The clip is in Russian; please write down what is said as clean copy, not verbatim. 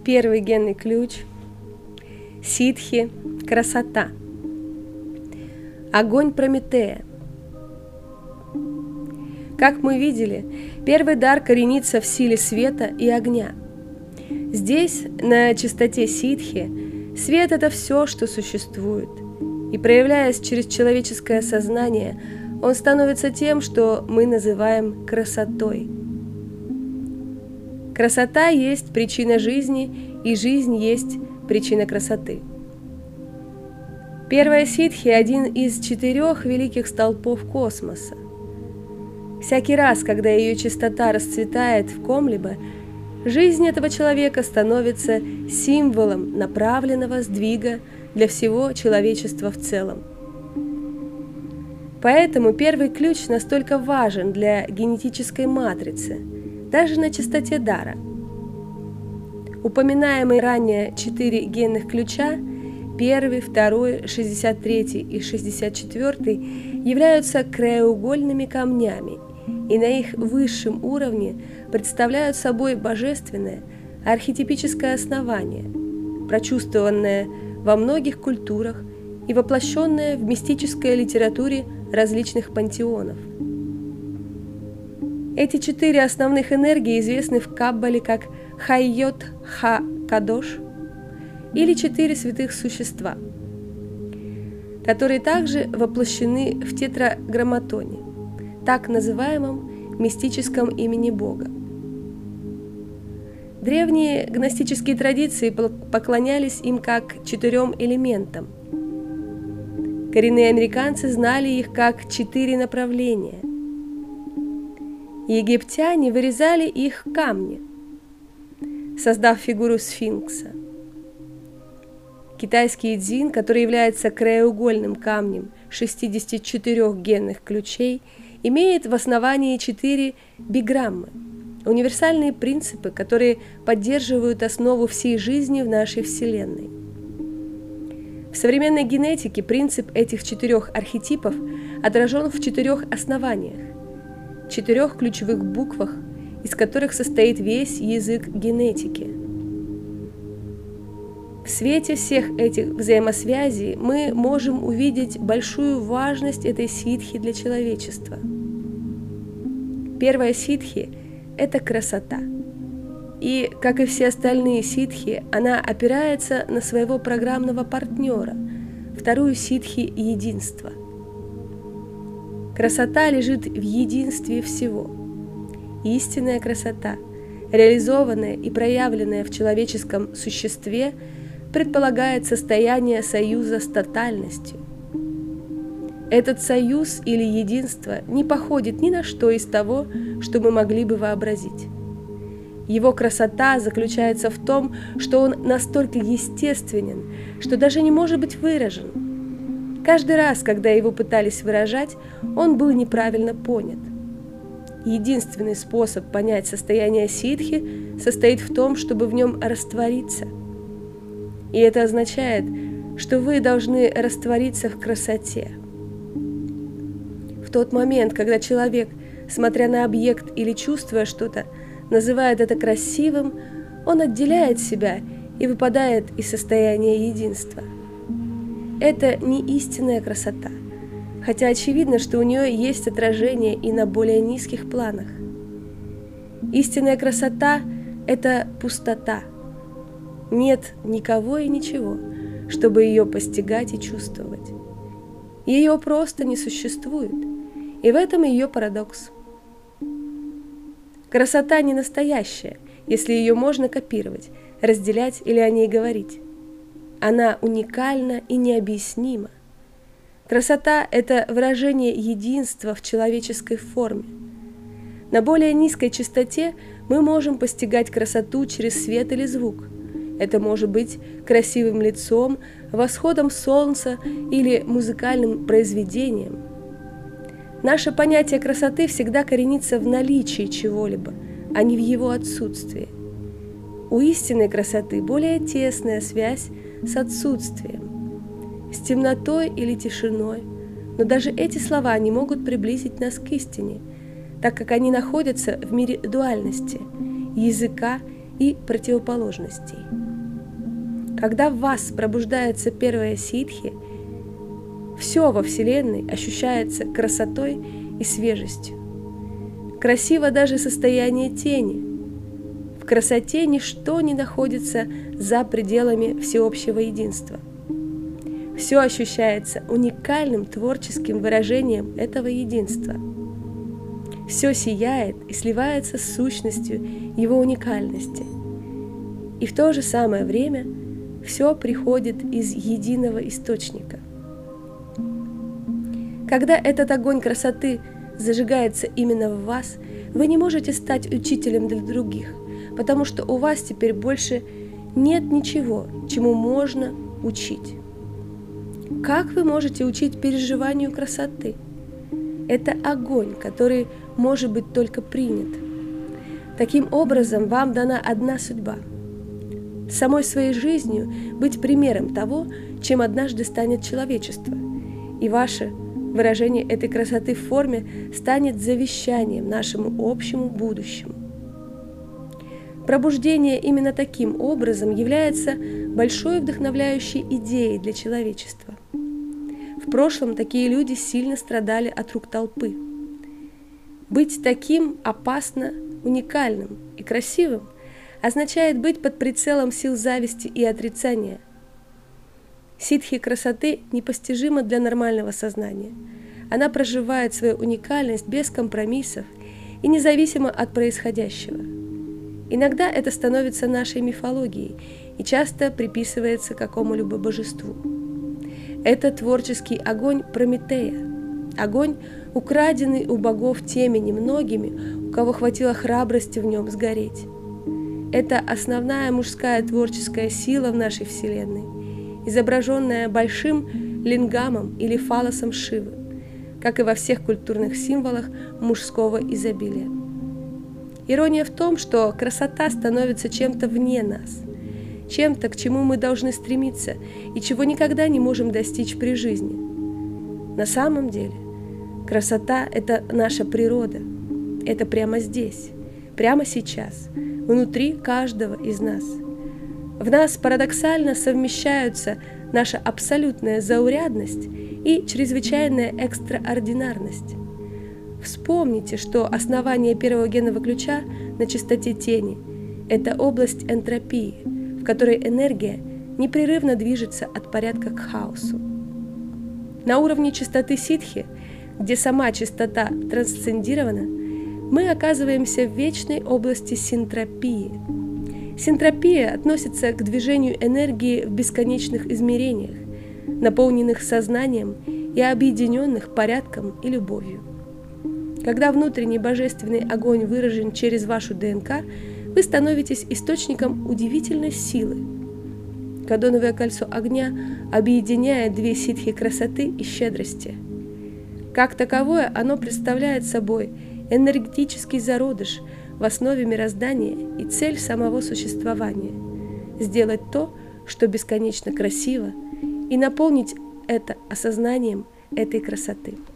Первый генный ключ. Ситхи – красота. Огонь Прометея. Как мы видели, первый дар коренится в силе света и огня. Здесь, на чистоте ситхи, свет – это все, что существует, и, проявляясь через человеческое сознание, он становится тем, что мы называем красотой. Красота есть причина жизни, и жизнь есть причина красоты. Первая ситхи – один из 4 великих столпов космоса. Всякий раз, когда ее чистота расцветает в ком-либо, жизнь этого человека становится символом направленного сдвига для всего человечества в целом. Поэтому первый ключ настолько важен для генетической матрицы, даже на чистоте дара. Упоминаемые ранее 4 генных ключа, 1, 2, 63 и 64, являются краеугольными камнями и на их высшем уровне представляют собой божественное архетипическое основание, прочувствованное во многих культурах и воплощенное в мистической литературе различных пантеонов. Эти 4 основных энергии известны в Каббале как Хаййот Ха-Кадош или 4 святых существа, которые также воплощены в тетраграмматоне, так называемом мистическом имени Бога. Древние гностические традиции поклонялись им как 4 элементам. Коренные американцы знали их как 4 направления. Египтяне вырезали их в камне, создав фигуру сфинкса. Китайский дзин, который является краеугольным камнем 64 генных ключей, имеет в основании 4 биграммы, универсальные принципы, которые поддерживают основу всей жизни в нашей Вселенной. В современной генетике принцип этих 4 архетипов отражен в 4 основаниях, 4 ключевых буквах, из которых состоит весь язык генетики. В свете всех этих взаимосвязей мы можем увидеть большую важность этой ситхи для человечества. Первая ситхи – это красота. И, как и все остальные ситхи, она опирается на своего программного партнера, вторую ситхи – единство. Красота лежит в единстве всего. Истинная красота, реализованная и проявленная в человеческом существе, предполагает состояние союза с тотальностью. Этот союз или единство не походит ни на что из того, что мы могли бы вообразить. Его красота заключается в том, что он настолько естественен, что даже не может быть выражен. Каждый раз, когда его пытались выражать, он был неправильно понят. Единственный способ понять состояние ситхи состоит в том, чтобы в нем раствориться. И это означает, что вы должны раствориться в красоте. В тот момент, когда человек, смотря на объект или чувствуя что-то, называет это красивым, он отделяет себя и выпадает из состояния единства. Это не истинная красота, хотя очевидно, что у нее есть отражение и на более низких планах. Истинная красота – это пустота. Нет никого и ничего, чтобы ее постигать и чувствовать. Ее просто не существует, и в этом ее парадокс. Красота не настоящая, если ее можно копировать, разделять или о ней говорить. Она уникальна и необъяснима. Красота – это выражение единства в человеческой форме. На более низкой частоте мы можем постигать красоту через свет или звук. Это может быть красивым лицом, восходом солнца или музыкальным произведением. Наше понятие красоты всегда коренится в наличии чего-либо, а не в его отсутствии. У истинной красоты более тесная связь с отсутствием, с темнотой или тишиной, но даже эти слова не могут приблизить нас к истине, так как они находятся в мире дуальности, языка и противоположностей. Когда в вас пробуждается первая ситхи, все во Вселенной ощущается красотой и свежестью. Красиво даже состояние тени. В красоте ничто не находится за пределами всеобщего единства. Все ощущается уникальным творческим выражением этого единства. Все сияет и сливается с сущностью его уникальности. И в то же самое время все приходит из единого источника. Когда этот огонь красоты зажигается именно в вас, вы не можете стать учителем для других, потому что у вас теперь больше нет ничего, чему можно учить. Как вы можете учить переживанию красоты? Это огонь, который может быть только принят. Таким образом, вам дана одна судьба – самой своей жизнью быть примером того, чем однажды станет человечество, и ваше выражение этой красоты в форме станет завещанием нашему общему будущему. Пробуждение именно таким образом является большой вдохновляющей идеей для человечества. В прошлом такие люди сильно страдали от рук толпы. Быть таким опасно, уникальным и красивым означает быть под прицелом сил зависти и отрицания. Ситхи красоты непостижима для нормального сознания. Она проживает свою уникальность без компромиссов и независимо от происходящего. Иногда это становится нашей мифологией и часто приписывается какому-либо божеству. Это творческий огонь Прометея, огонь, украденный у богов теми немногими, у кого хватило храбрости в нем сгореть. Это основная мужская творческая сила в нашей Вселенной, изображенная большим лингамом или фалосом Шивы, как и во всех культурных символах мужского изобилия. Ирония в том, что красота становится чем-то вне нас, чем-то, к чему мы должны стремиться и чего никогда не можем достичь при жизни. На самом деле, красота – это наша природа, это прямо здесь, прямо сейчас, внутри каждого из нас. В нас парадоксально совмещаются наша абсолютная заурядность и чрезвычайная экстраординарность. Вспомните, что основание первого генного ключа на чистоте тени – это область энтропии, в которой энергия непрерывно движется от порядка к хаосу. На уровне чистоты ситхи, где сама чистота трансцендирована, мы оказываемся в вечной области синтропии. Синтропия относится к движению энергии в бесконечных измерениях, наполненных сознанием и объединенных порядком и любовью. Когда внутренний божественный огонь выражен через вашу ДНК, вы становитесь источником удивительной силы. Кадоновое кольцо огня объединяет две ситхи красоты и щедрости. Как таковое, оно представляет собой энергетический зародыш в основе мироздания и цель самого существования – сделать то, что бесконечно красиво, и наполнить это осознанием этой красоты.